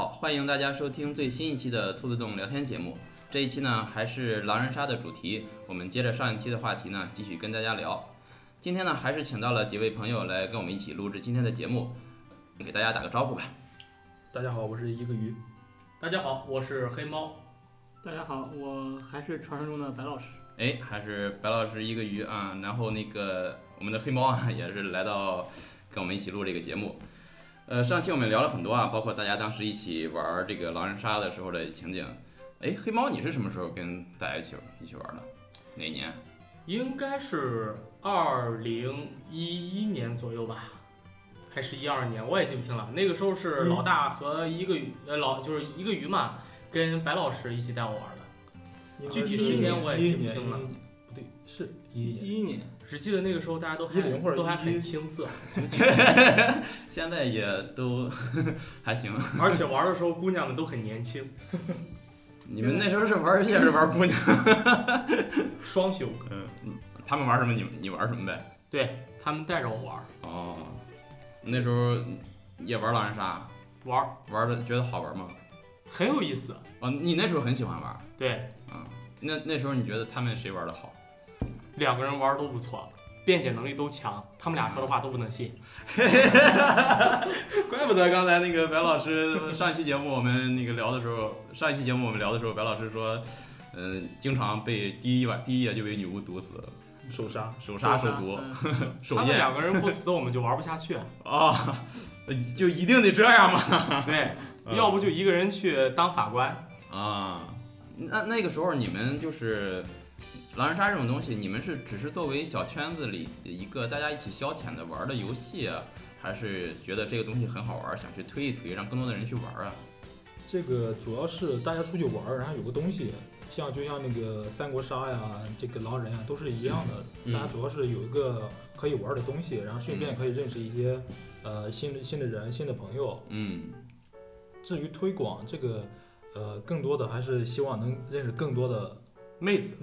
好，欢迎大家收听最新一期的兔子洞聊天节目。这一期呢还是狼人杀的主题，我们接着上一期的话题呢继续跟大家聊。今天呢还是请到了几位朋友来跟我们一起录制今天的节目，给大家打个招呼吧。 大家好，我是一个鱼。 大家好，我是黑猫。 大家好，我还是传说中的白老师。 还是白老师一个鱼啊，然后那个我们的黑猫啊也是来到跟我们一起录这个节目。上期我们聊了很多啊，包括大家当时一起玩这个狼人杀的时候的情景。黑猫，你是什么时候跟大家一起玩的？哪年？ 应该是2011年左右吧，还是12年，我也记不清了。那个时候是老大和一个鱼，就是一个鱼嘛，跟白老师一起带我玩的。具体时间我也记不清了。 不对，是11 年， 只记得那个时候大家都还很青涩， 现在也都还行， 而且玩的时候姑娘们都很年轻。 你们那时候是玩也是玩姑娘， 双休。 他们玩什么你玩什么呗？ 对，他们带着我玩。 哦，那时候也玩狼人杀，玩的觉得好玩吗？ 很有意思。 你那时候很喜欢玩？ 对。 那时候你觉得他们谁玩的好？ 两个人玩都不错，辩解能力都强，他们俩说的话都不能信。 怪不得刚才那个白老师上一期节目我们聊的时候，白老师说，经常被第一夜就被女巫毒死，手杀手毒， 他们两个人不死我们就玩不下去啊，就一定得这样吗？ 对，要不就一个人去当法官啊。那个时候你们就是狼人杀这种东西，你们是只是作为小圈子里一个大家一起消遣的玩的游戏啊，还是觉得这个东西很好玩，想去推一推，让更多的人去玩啊？ 这个主要是大家出去玩，然后有个东西，就像那个三国杀呀，这个狼人啊，都是一样的。大家主要是有一个可以玩的东西，然后顺便可以认识一些新的人、新的朋友。至于推广这个。更多的还是希望能认识更多的妹子。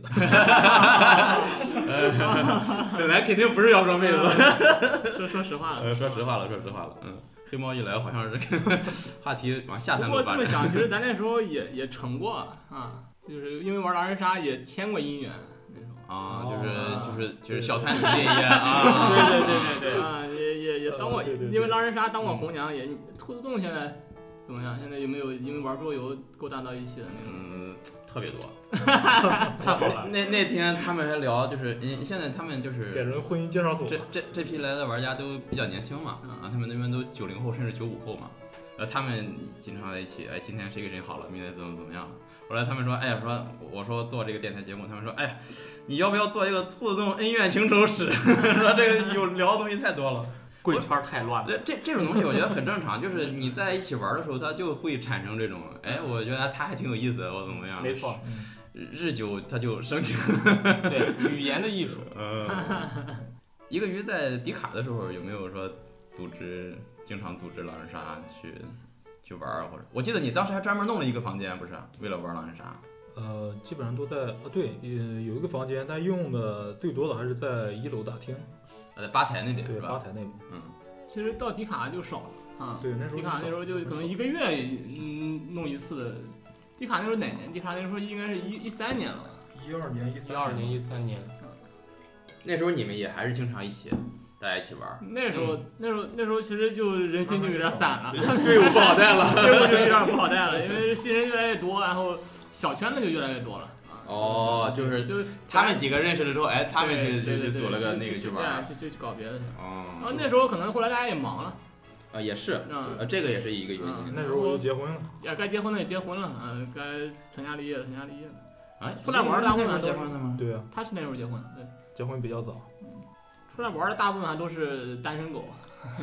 本来肯定不是要说妹子， 说实话了。 说实话了。黑猫一来，好像是跟话题往下谈。 不过这么想，其实咱那时候也成过啊，就是因为玩狼人杀也签过姻缘那种啊，就是小团体恋爱啊。 对啊，也当过，因为狼人杀当过红娘，也兔子洞现在。怎么样？现在有没有因为玩桌游勾搭到一起的那种？ 特别多， 太好了。 那天他们还聊，就是现在他们就是改成婚姻介绍所。 这批来的玩家都比较年轻嘛，他们那边都90后甚至95后嘛，他们经常在一起，今天谁跟谁好了，明天怎么样了。后来他们说，我说做这个电台节目，他们说，你要不要做一个兔子洞恩怨情仇史？说这个有聊的东西太多了。 贵圈太乱了， 这种东西我觉得很正常，就是你在一起玩的时候，它就会产生这种，我觉得他还挺有意思的，我怎么样？ 没错， 日久它就生情。 对，语言的艺术。 一个鱼在迪卡的时候有没有说经常组织狼人杀去玩，或者我记得你当时还专门弄了一个房间，不是为了玩狼人杀？ 基本上都在对，有一个房间，但用的最多的还是在1楼大厅。 在吧台那边对， 是吧？ 吧台那边。 其实到迪卡就少了啊。 对，那时候迪卡那时候就可能1个月弄一次的。迪卡那时候哪年？迪卡那时候应该是13年了。 12年、 13年。 那时候你们也还是经常大家一起玩。 那时候其实就人心就有点散了， 队伍不好带了， 队伍就有点不好带了，因为新人越来越多，然后小圈子就越来越多了。 就是他们几个认识了之后，他们就组了个那个去玩， 就搞别的去。然后那时候可能后来大家也忙了。 也是，这个也是一个原因。 那时候我就结婚了， 该结婚的也结婚了，该成家立业的成家立业的。出来玩大部分结婚的吗？ 对啊， 他是那时候结婚，对， 结婚比较早。 出来玩的大部分还都是单身狗。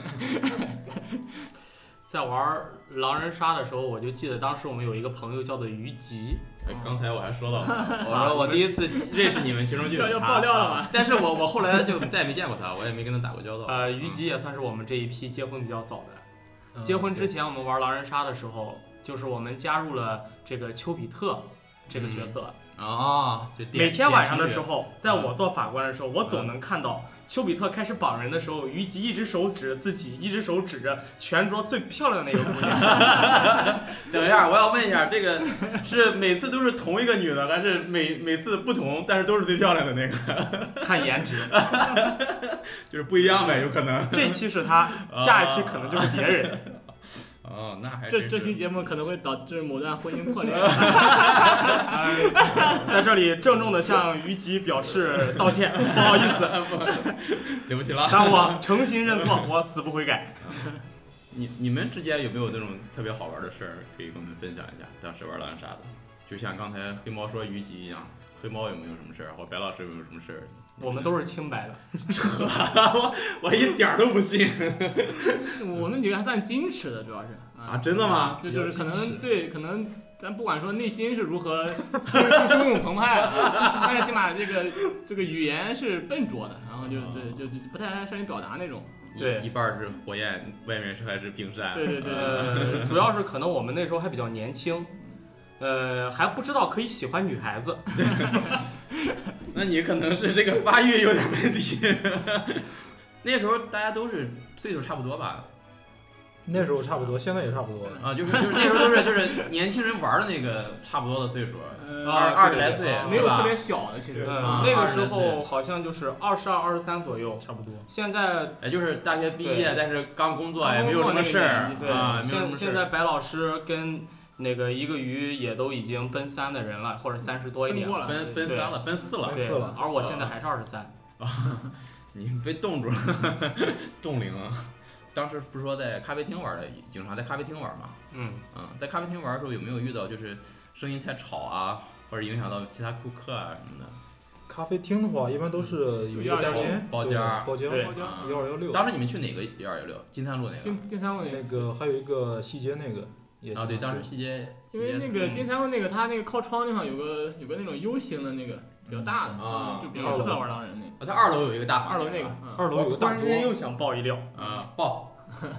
在玩狼人杀的时候，我就记得当时我们有一个朋友叫做于吉。 刚才我还说到了，我说我第一次认识你们其中就有他， 要爆料了吗？ 但是我后来就再也没见过他，我也没跟他打过交道。 于吉也算是我们这一批结婚比较早的。结婚之前我们玩狼人杀的时候，就是我们加入了这个丘比特这个角色， 每天晚上的时候，在我做法官的时候，我总能看到丘比特开始绑人的时候，虞姬一只手指着自己，一只手指着全桌最漂亮的那个姑娘。 等一下，我要问一下，这个是每次都是同一个女的，还是每次不同，但是都是最漂亮的那个？ 看颜值， 就是不一样呗，有可能。 这期是她，下一期可能就是别人。 哦，那还这期节目可能会导致某段婚姻破裂。 在这里郑重的向虞姬表示道歉，不好意思， 对不起了。 但我诚心认错，我死不悔改。 你们之间有没有那种特别好玩的事儿，可以跟我们分享一下？当时玩狼人杀的，就像刚才黑猫说虞姬一样，黑猫有没有什么事儿，或白老师有没有什么事儿？ 我们都是清白的。 我一点都不信。 我们几个还算矜持的，主要是真的吗？ 就是可能对，可能咱不管说内心是如何汹涌澎湃，但是起码这个语言是笨拙的，然后就不太善于表达那种。 对， 一半是火焰，外面还是冰山。 对。 主要是可能我们那时候还比较年轻，还不知道可以喜欢女孩子。 那你可能是这个发育有点问题。那时候大家都是岁数差不多吧？ 那时候差不多，现在也差不多啊，就是那时候都是就是年轻人玩的那个差不多的岁数，20来岁， 没有特别小的，其实。 那个时候好像就是22、23左右， 差不多。 现在就是大学毕业，但是刚工作也没有什么事儿啊。 现在白老师跟那个一个鱼也都已经奔3的人了，或者30多一点了， 奔3了，奔4了。 对，而我现在还是23。 你被冻住了，冻龄啊！当时不是说在咖啡厅玩的，经常在咖啡厅玩嘛？在咖啡厅玩的时候有没有遇到就是声音太吵啊，或者影响到其他顾客啊什么的？ 咖啡厅的话，一般都是有一个包间 1216。 当时你们去哪个1216？金三路那个？ 金三路那个还有一个西街那个也对，当时西街。 因为那个金三路那个，它那个靠窗地方有个那种 U 型的那个比较大的就比较适合玩狼人那个。 它2楼有一个大房。 2楼那个 ，2楼有个大桌。 突然之间又想爆一料爆。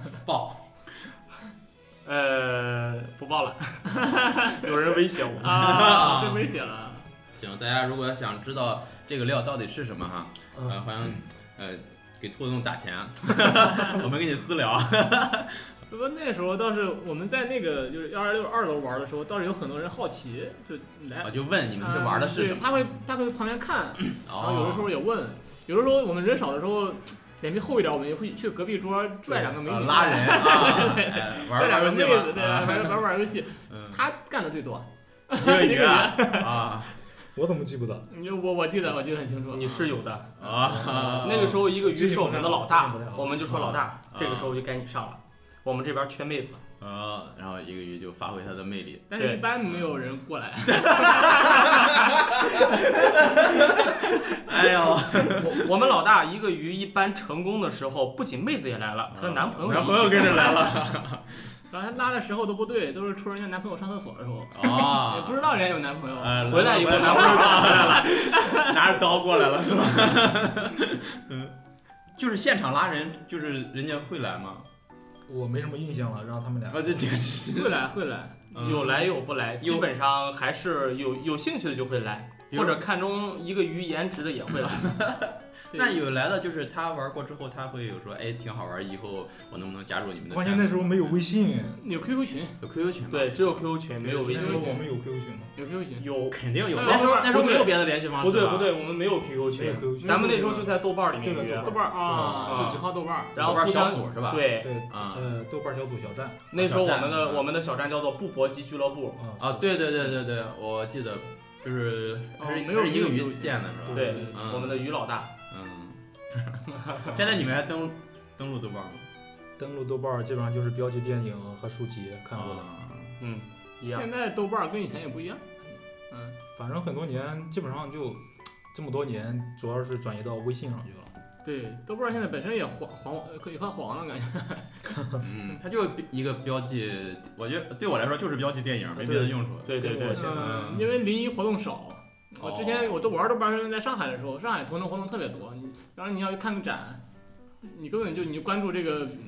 不报了，有人威胁我被威胁了。 行，大家如果想知道这个料到底是什么哈，欢迎给兔洞打钱，我们给你私聊。 不过那时候倒是我们在那个就是126 2楼玩的时候，倒是有很多人好奇，就来就问你们是玩的是什么？ 他会旁边看，然后有的时候也问，有的时候我们人少的时候。脸皮厚一点，我们也会去隔壁桌拽2个美女拉人拽2个妹子，对，玩游戏。他干的最多， 一个鱼啊！ 我怎么记不得？ 我记得很清楚。 你是有的那个时候一个鱼是我们的老大，我们就说老大，这个时候就该你上了。我们这边缺妹子。 然后一个鱼就发挥它的魅力， 但是一般没有人过来。 哎呦，我们老大一个鱼一般成功的时候，不仅妹子也来了，她的男朋友跟着来了。 然后他拉的时候都不对，都是戳人家男朋友上厕所的时候，也不知道人家有男朋友。 回来以后男朋友过来了， 拿着刀过来了是吧？就是现场拉人，就是人家会来吗？ 我没什么印象了，让他们俩。 会来， 有来有不来，基本上还是有兴趣的就会来，或者看中一个鱼颜值的也会来。 那有来的就是他玩过之后，他会有说，挺好玩，以后我能不能加入你们的？ 关键那时候没有微信， 有 QQ 群， 有 QQ 群吗？ 对，只有 QQ 群，没有微信。 我们有 QQ 群吗？ 有 QQ 群， 有肯定有。那时候没有别的联系方式。 不对，我们没有 QQ 群，咱们那时候就在豆瓣里面约。 豆瓣就只靠豆瓣， 然后豆瓣小组是吧？ 对豆瓣小组小站。 那时候我们的小站叫做不搏击俱乐部。 对，我记得就是还是没有一个鱼建的是吧？ 对，我们的鱼老大。 现在你们还登录豆瓣吗？ 登录豆瓣基本上就是标记电影和书籍看过的。 一样。 现在豆瓣跟以前也不一样。 反正很多年，基本上就这么多年，主要是转移到微信上去了。 对，豆瓣现在本身也快黄了，感觉。 它就一个标记，我觉得对我来说就是标记电影，没别的用处。 对。 因为临沂活动少。我之前我都玩豆瓣是在上海的时候，上海同城活动特别多。然后你要去看个展，你根本就关注这个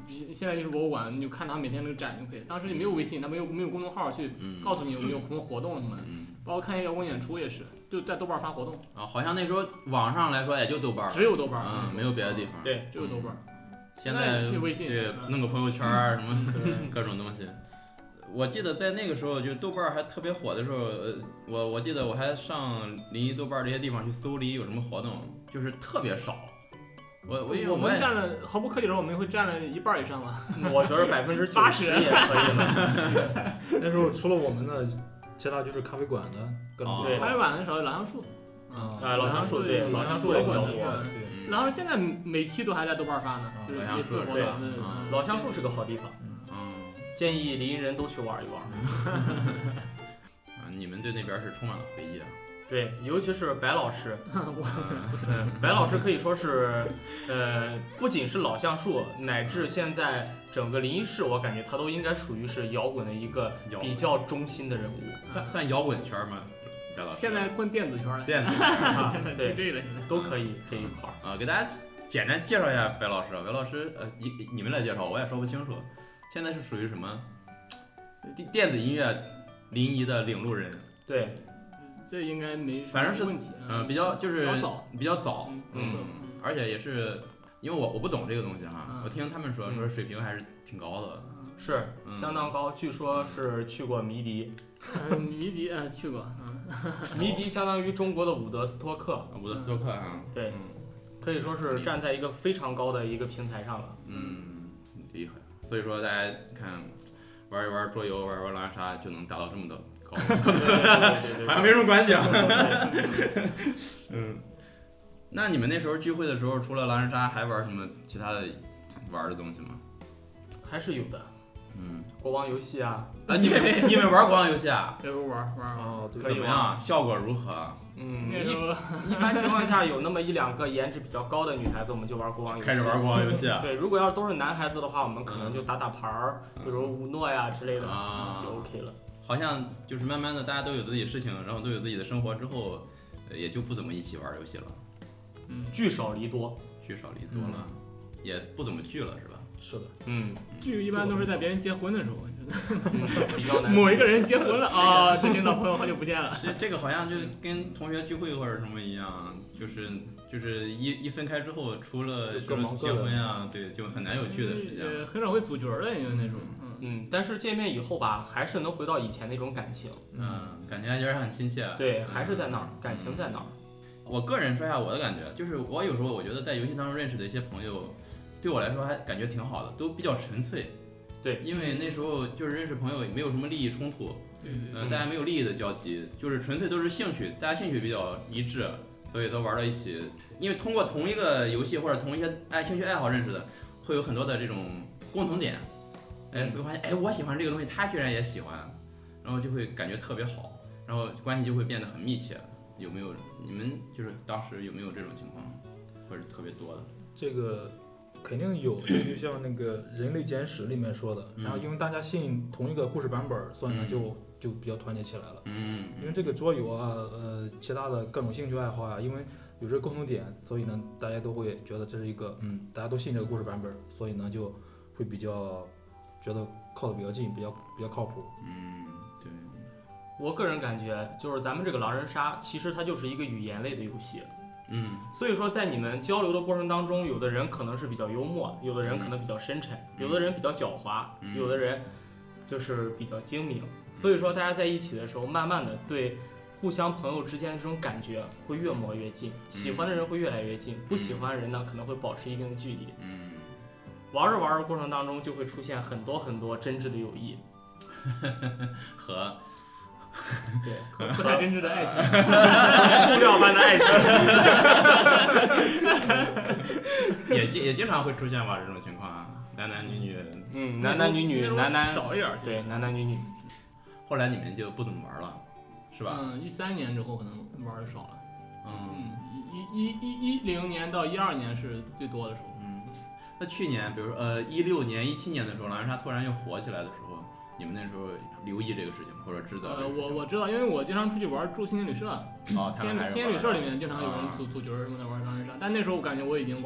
现在艺术博物馆，你就看他每天那个展就可以。当时也没有微信，他没有公众号去告诉你有没有什么活动什么的，包括看一些摇滚演出也是，就在豆瓣发活动。 啊，好像那时候网上来说也就豆瓣， 只有豆瓣， 没有别的地方。 对，只有豆瓣。 现在去微信， 对，弄个朋友圈什么各种东西。我记得在那个时候，就豆瓣还特别火的时候，我记得我还上临沂豆瓣这些地方去搜临沂有什么活动，就是特别少。我们占了毫不客气的说，我们会占了1半以上吧。 我觉得80%也可以了。 那时候除了我们的，其他就是咖啡馆的各种。 对， 咖啡馆的时候老橡树。 老橡树对，老橡树也比较多。 然后现在每期都还在豆瓣发呢，就是类似活动。 老橡树是个好地方，建议临沂人都去玩一玩。 你们对那边是充满了回忆啊。 对，尤其是白老师，白老师可以说是，不仅是老橡树，乃至现在整个临沂市，我感觉他都应该属于是摇滚的一个比较中心的人物， 算摇滚圈吗？ 现在混电子圈了， 电子对这个都可以这一块啊。给大家简单介绍一下白老师，白老师你们来介绍，我也说不清楚。现在是属于什么电子音乐临沂的领路人？ 对。 这应该没反正是问题， 比较就是比较早，而且也是因为我不懂这个东西哈，我听他们说水平还是挺高的， 是相当高，据说是去过迷笛， 迷笛去过， 迷笛相当于中国的伍德斯托克， 啊， 对，可以说是站在一个非常高的一个平台上了， 厉害，所以说大家看玩一玩桌游，玩一玩狼人杀就能达到这么的。好像没什么关系啊。那你们那时候聚会的时候，除了狼人杀，还玩什么其他的玩的东西吗？ 还是有的。国王游戏啊。 你们玩国王游戏啊？ 对，玩哦， 怎么样？效果如何？ 一般情况下有那么1-2个颜值比较高的女孩子，我们就玩国王游戏。 开始玩国王游戏啊？ 对，如果要都是男孩子的话，我们可能就打牌儿，比如乌诺呀之类的，就 OK 了。 好像就是慢慢的，大家都有自己的事情，然后都有自己的生活之后，也就不怎么一起玩游戏了。 聚少离多了，也不怎么聚了，是吧？ 是的。 聚一般都是在别人结婚的时候， 比较难。 某一个人结婚了啊，这些老朋友好久不见了。 这个好像就跟同学聚会或者什么一样，就是一分开之后，除了什么结婚啊，对，就很难有聚的时间。 很少会组局的，因为那种。 但是见面以后吧，还是能回到以前那种感情。 感觉还是很亲切。 对，还是在那儿，感情在那儿。 我个人说一下我的感觉，就是我有时候我觉得在游戏当中认识的一些朋友，对我来说还感觉挺好的，都比较纯粹。 对， 因为那时候就是认识朋友，没有什么利益冲突，大家没有利益的交集，就是纯粹都是兴趣，大家兴趣比较一致，所以都玩到一起。因为通过同一个游戏或者同一些兴趣爱好认识的，会有很多的这种共同点。会发现我喜欢这个东西，他居然也喜欢，然后就会感觉特别好，然后关系就会变得很密切。有没有你们就是当时有没有这种情况，或者特别多的？ 这个肯定有，就像那个《人类简史》里面说的，然后因为大家信同一个故事版本，所以呢就比较团结起来了。因为这个桌游啊，其他的各种兴趣爱好啊，因为有这个共同点，所以呢大家都会觉得这是一个大家都信这个故事版本，所以呢就会比较。觉得靠得比较近，比较靠谱。 对。 我个人感觉，就是咱们这个狼人杀，其实它就是一个语言类的游戏。所以说在你们交流的过程当中，有的人可能是比较幽默，有的人可能比较深沉，有的人比较狡猾，有的人就是比较精明。所以说大家在一起的时候，慢慢的对互相朋友之间的这种感觉会越磨越近，喜欢的人会越来越近，不喜欢的人呢可能会保持一定的距离。玩着玩着过程当中，就会出现很多很多真挚的友谊和不太真挚的爱情， 塑料般的爱情，也经常会出现吧这种情况啊，男男女女， 男男女女， 少一点， 对，男男女女。 后来你们就不怎么玩了，是吧 ？13年之后可能玩的少了。10年到12年是最多的时候。 那去年，比如16年、17年的时候，狼人杀突然又火起来的时候，你们那时候留意这个事情或者知道？ 我知道，因为我经常出去玩住青年旅社。青年旅社里面经常有人组局什么的玩狼人杀，但那时候我感觉我已经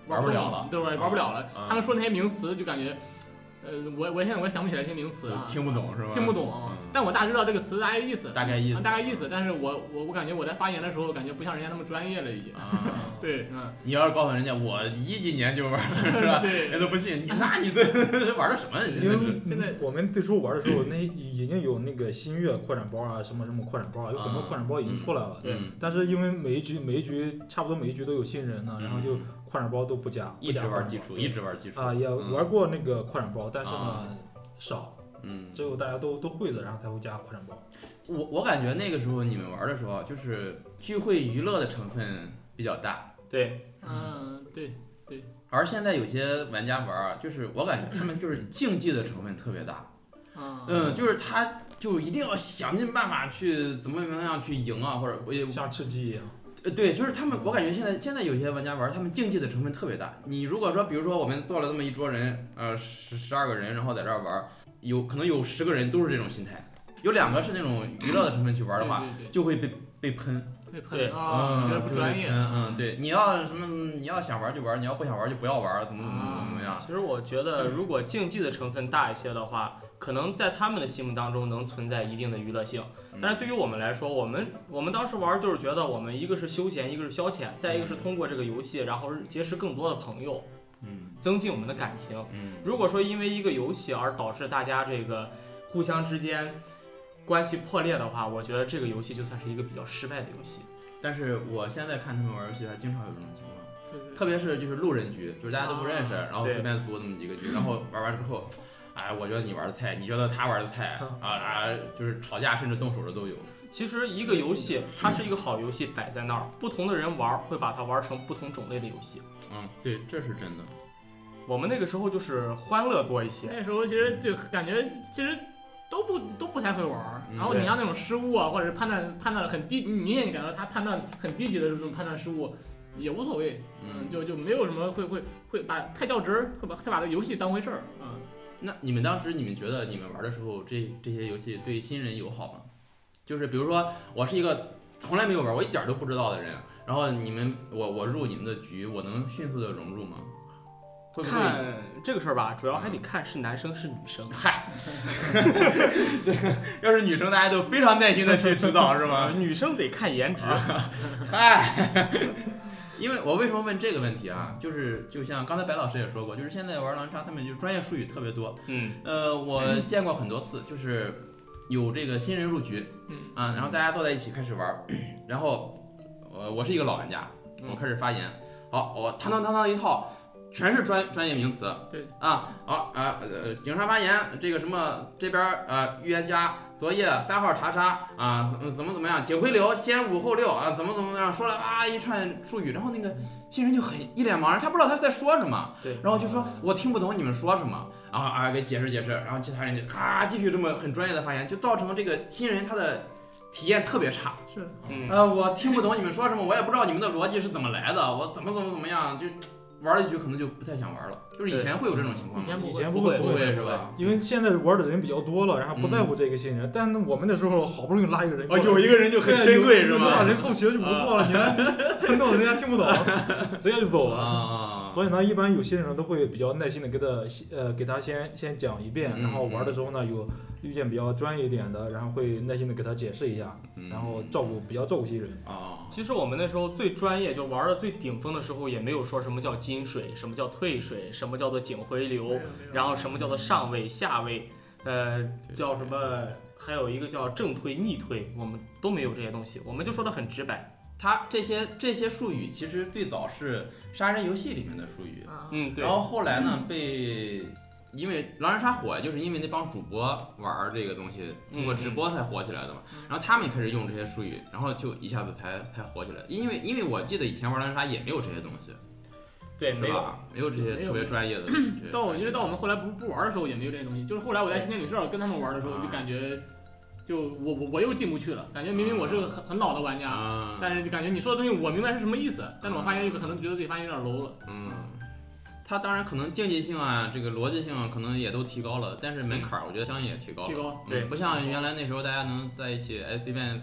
玩不了了， 对，玩不了了。他们说那些名词就感觉。我现在也想不起来这些名词啊， 听不懂是吧？ 听不懂，但我大致知道这个词大概意思，但是我感觉我在发言的时候，感觉不像人家那么专业了已经。对， 你要是告诉人家我一几年就玩是吧？ 对， 人都不信。你这玩的什么？ 因为现在我们最初玩的时候，那已经有那个新月扩展包啊，什么扩展包啊，有很多扩展包已经出来了。 对。 但是因为每一局差不多每一局都有新人呢，然后就扩展包都不加， 一直玩基础啊，也玩过那个扩展包，但是呢少。只有大家都会的，然后才会加扩展包。 我感觉那个时候你们玩的时候，就是聚会娱乐的成分比较大。 对， 对。 而现在有些玩家玩，就是我感觉他们就是竞技的成分特别大。就是他就一定要想尽办法去怎么样去赢啊，或者像吃鸡一样。 对，就是他们，我感觉现在有些玩家玩，他们竞技的成分特别大。你如果说，比如说我们做了这么一桌人，12个人，然后在这儿玩，可能有10个人都是这种心态，有2个是那种娱乐的成分去玩的话，就会被喷。 对啊，觉得不专业。 对，你要想玩就玩，你要不想玩就不要玩，怎么样？ 其实我觉得，如果竞技的成分大一些的话，可能在他们的心目当中能存在一定的娱乐性。但是对于我们来说，我们当时玩就是觉得我们一个是休闲，一个是消遣，再一个是通过这个游戏，然后结识更多的朋友，增进我们的感情。如果说因为一个游戏而导致大家这个互相之间关系破裂的话，我觉得这个游戏就算是一个比较失败的游戏。 但是我现在看他们玩游戏，还经常有这种情况，特别是就是路人局，就是大家都不认识，然后随便组那么几个局，然后玩完之后，我觉得你玩的菜，你觉得他玩的菜就是吵架甚至动手的都有。 其实一个游戏，它是一个好游戏摆在那儿，不同的人玩会把它玩成不同种类的游戏。 对，这是真的。 我们那个时候就是欢乐多一些， 那时候其实就感觉其实都不太会玩，然后你像那种失误啊，或者是判断很低，你明显感到他判断很低级的这种判断失误也无所谓，就没有什么会把太较真儿，会把这个游戏当回事儿。 那你们当时觉得你们玩的时候，这些游戏对新人友好吗？就是比如说我是一个从来没有玩，我一点都不知道的人，然后我入你们的局，我能迅速的融入吗？ 看这个事儿吧，主要还得看是男生是女生。 嗨，这要是女生，大家都非常耐心的去指导，是吗？ 女生得看颜值。 嗨，因为我为什么问这个问题啊？就像刚才白老师也说过，就是现在玩狼人杀，他们就专业术语特别多。我见过很多次，就是有这个新人入局，然后大家坐在一起开始玩，然后我是一个老玩家，我开始发言，好，我堂一套。全是专业名词， 对警察发言，这个什么这边预言家昨夜3号查杀怎么样，警回流先5后6怎么样，说了一串术语，然后那个新人就一脸茫然，他不知道他在说什么， 对， 然后就说我听不懂你们说什么，然后给解释，然后其他人就继续这么很专业的发言，就造成这个新人他的体验特别差， 是， 我听不懂你们说什么，我也不知道你们的逻辑是怎么来的，我怎么样就。玩了一局可能就不太想玩了，就是以前会有这种情况， 以前不会是吧？ 因为现在玩的人比较多了，然后不在乎这个新人。但我们那时候好不容易拉一个人， 有一个人就很珍贵，是吧？ 人凑齐了就不错了，你们喷到人家听不懂，直接就走了。所以呢，一般有些人都会比较耐心的给他先讲一遍，然后玩的时候呢有意见比较专业一点的，然后会耐心的给他解释一下，然后比较照顾新人。 其实我们那时候最专业，就玩的最顶峰的时候，也没有说什么叫金水，什么叫退水，什么叫做警回流，然后什么叫做上位下位，叫什么，还有一个叫正推逆推，我们都没有这些东西，我们就说的很直白。 它这些术语其实最早是杀人游戏里面的术语， 对。 然后后来呢因为狼人杀火，就是因为那帮主播玩这个东西，通过直播才火起来的嘛。然后他们开始用这些术语，然后就一下子才火起来。因为我记得以前玩狼人杀也没有这些东西， 对，没有这些特别专业的。 因为到我们后来不玩的时候也没有这些东西，就是后来我在新天旅社跟他们玩的时候，就感觉。就我又进不去了，感觉明明我是个很老的玩家，但是就感觉你说的东西我明白是什么意思，但是我发现可能觉得自己发现有点 low 了。 它当然可能竞技性啊，这个逻辑性可能也都提高了，但是门槛我觉得相应也提高了。 对， 不像原来那时候大家能在一起随便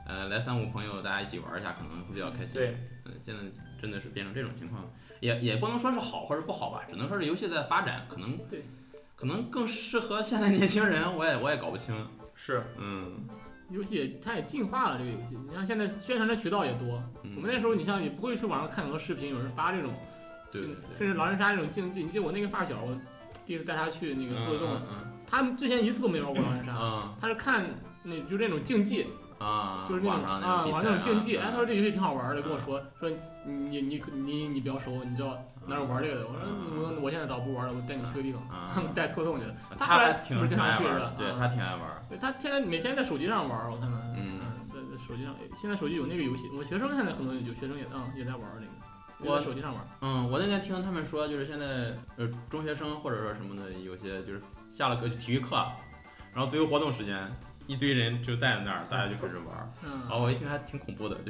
来3-5朋友大家一起玩一下，可能会比较开心。 对， 现在真的是变成这种情况，也不能说是好或者不好吧，只能说是游戏在发展，可能更适合现在年轻人，我也搞不清。 是， 游戏它也进化了，这个游戏，你像现在宣传的渠道也多。我们那时候，你像也不会去网上看很多视频，有人发这种，甚至狼人杀这种竞技。你记得我那个发小，我第一次带他去那个兔子洞，他们之前一次都没玩过狼人杀，他是看就那种竞技。就是那种网上那种竞技，他说这游戏挺好玩的，跟我说你比较熟，你知道哪有玩这个的？我说我现在倒不玩了，我带你去个地方，带兔洞去了。他还挺常去的， 对他挺爱玩。 对他现在每天在手机上玩，我看他，在手机上，现在手机有那个游戏，我学生现在很多有学生也在玩那个，我在手机上玩。 我那天听他们说，就是现在中学生或者说什么的，有些就是下了课体育课，然后自由活动时间。一堆人就在那儿，大家就开始玩，然后我一听还挺恐怖的，就是，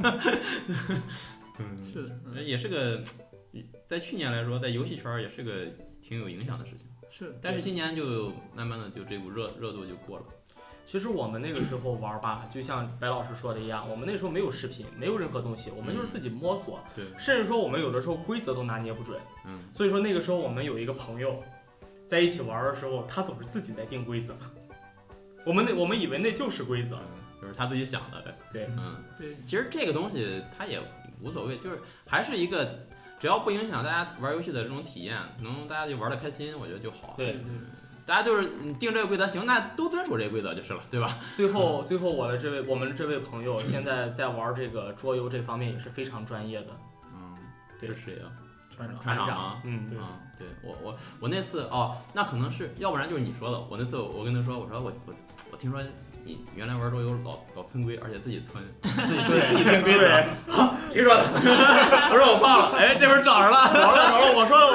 是的， 也是个，在去年来说，在游戏圈也是个挺有影响的事情， 是， 但是今年就慢慢的就这股热度就过了。 其实我们那个时候玩吧，就像白老师说的一样，我们那时候没有视频，没有任何东西，我们就是自己摸索， 对， 甚至说我们有的时候规则都拿捏不准，所以说那个时候我们有一个朋友，在一起玩的时候，他总是自己在定规则。我们以为那就是规则， 就是他自己想的。 对， 对。 其实这个东西他也无所谓，就是还是一个，只要不影响大家玩游戏的这种体验，能大家就玩得开心，我觉得就好。 对， 大家就是定这个规则，行，那都遵守这个规则就是了，对吧？ 最后我们这位朋友现在在玩这个桌游这方面也是非常专业的。 这是谁呀？ 船长吗？对我那次那可能是，要不然就是你说的。我那次我跟他说，我说我听说你原来玩桌游老村规，而且自己村，自己定规则。谁说的？我说我忘了。哎，这会儿找着了，我说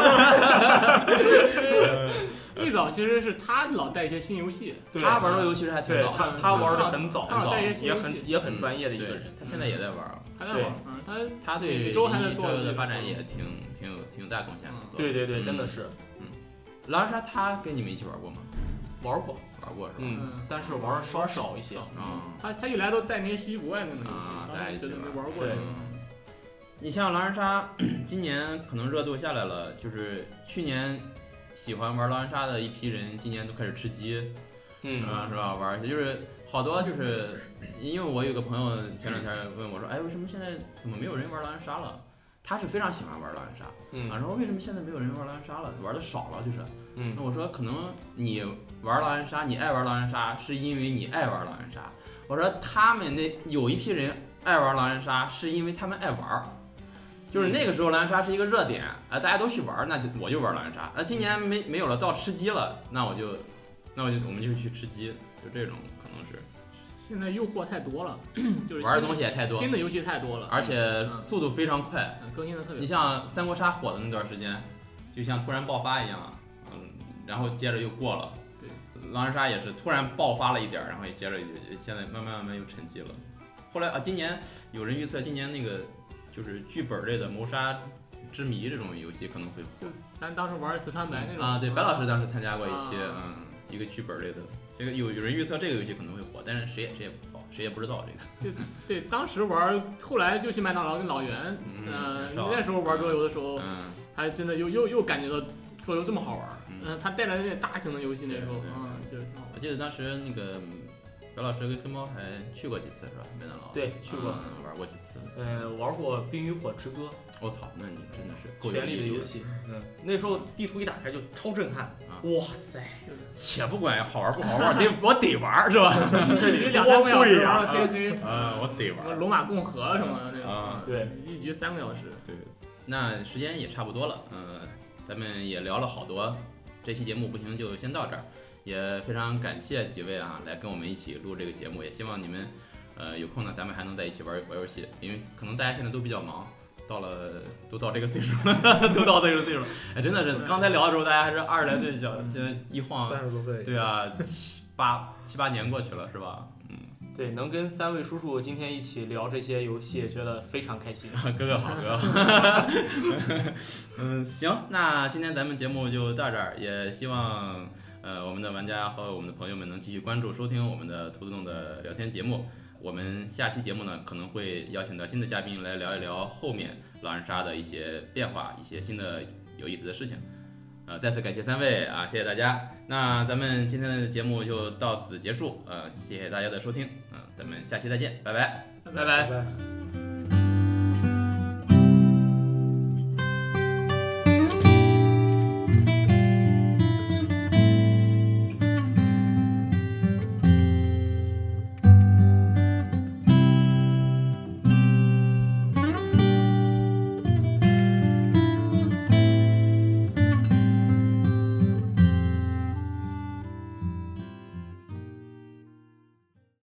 了。 最早其实是他老带一些新游戏， 他玩桌游其实还挺早， 他玩的很早，也很专业的一个人。 他现在也在玩， 还在玩。 他对桌游的发展也挺有大贡献的。 对，真的是。 狼人杀他跟你们一起玩过吗？ 玩过是吧？ 但是玩的稍少一些。 他一来都带那些稀奇古怪那种游戏， 大家一起玩过。 你像狼人杀，今年可能热度下来了，就是去年喜欢玩狼人杀的一批人，今年都开始吃鸡，是吧？玩一些就是好多就是因为我有个朋友前2天问我说，哎，为什么现在怎么没有人玩狼人杀了？他是非常喜欢玩狼人杀，然后为什么现在没有人玩狼人杀了？玩的少了，就是，那我说可能你玩狼人杀，你爱玩狼人杀，是因为你爱玩狼人杀。我说他们那有一批人爱玩狼人杀，是因为他们爱玩，就是那个时候狼人杀是一个热点大家都去玩，那我就玩狼人杀。今年没有了，到吃鸡了，那我们就去吃鸡，就这种可能是。 现在诱惑太多了，就是玩的东西也太多， 新的游戏太多了， 而且速度非常快， 更新的特别快。 你像三国杀火的那段时间，就像突然爆发一样，然后接着又过了。 对， 狼人杀也是突然爆发了一点，然后也接着现在慢慢又沉寂了。后来今年有人预测，今年那个就是剧本类的谋杀之谜这种游戏可能会火。 就咱当时玩四川白那种对，白老师当时参加过一期，一个剧本类的。这个有人预测这个游戏可能会火，但是谁也不知道这个。 对，当时玩，后来就去麦当劳跟老袁，那时候玩桌游的时候，还真的又感觉到桌游这么好玩。他带来那些大型的游戏那时候，就是挺好玩。 我记得当时那个白老师跟黑猫还去过几次是吧？麦当劳。 对，去过， 玩过几次。 玩过《冰与火之歌》。 我操，那你真的是够权力的游戏。那时候地图一打开就超震撼。哇塞！ 且不管好玩不好玩，我得玩是吧？ 2-3个小时玩了 CK， 我得玩。 罗马共和什么的那种。 对， 一局3个小时。 对，那时间也差不多了，咱们也聊了好多，这期节目不行就先到这儿，也非常感谢几位来跟我们一起录这个节目，也希望你们有空呢，咱们还能在一起玩游戏，因为可能大家现在都比较忙。都到这个岁数了，都到这个岁数了，哎，真的是刚才聊的时候，大家还是20来岁小，现在一晃 30多岁， 对啊，7、8年过去了，是吧？ 对，能跟3位叔叔今天一起聊这些游戏，觉得非常开心。 哥哥好，哥。行，那今天咱们节目就到这儿，也希望我们的玩家和我们的朋友们能继续关注收听我们的兔子洞的聊天节目。 我们下期节目呢可能会邀请到新的嘉宾来聊一聊后面狼人杀的一些变化，一些新的有意思的事情。再次感谢3位啊，谢谢大家。那咱们今天的节目就到此结束，谢谢大家的收听，咱们下期再见，拜拜， 拜拜。 拜拜。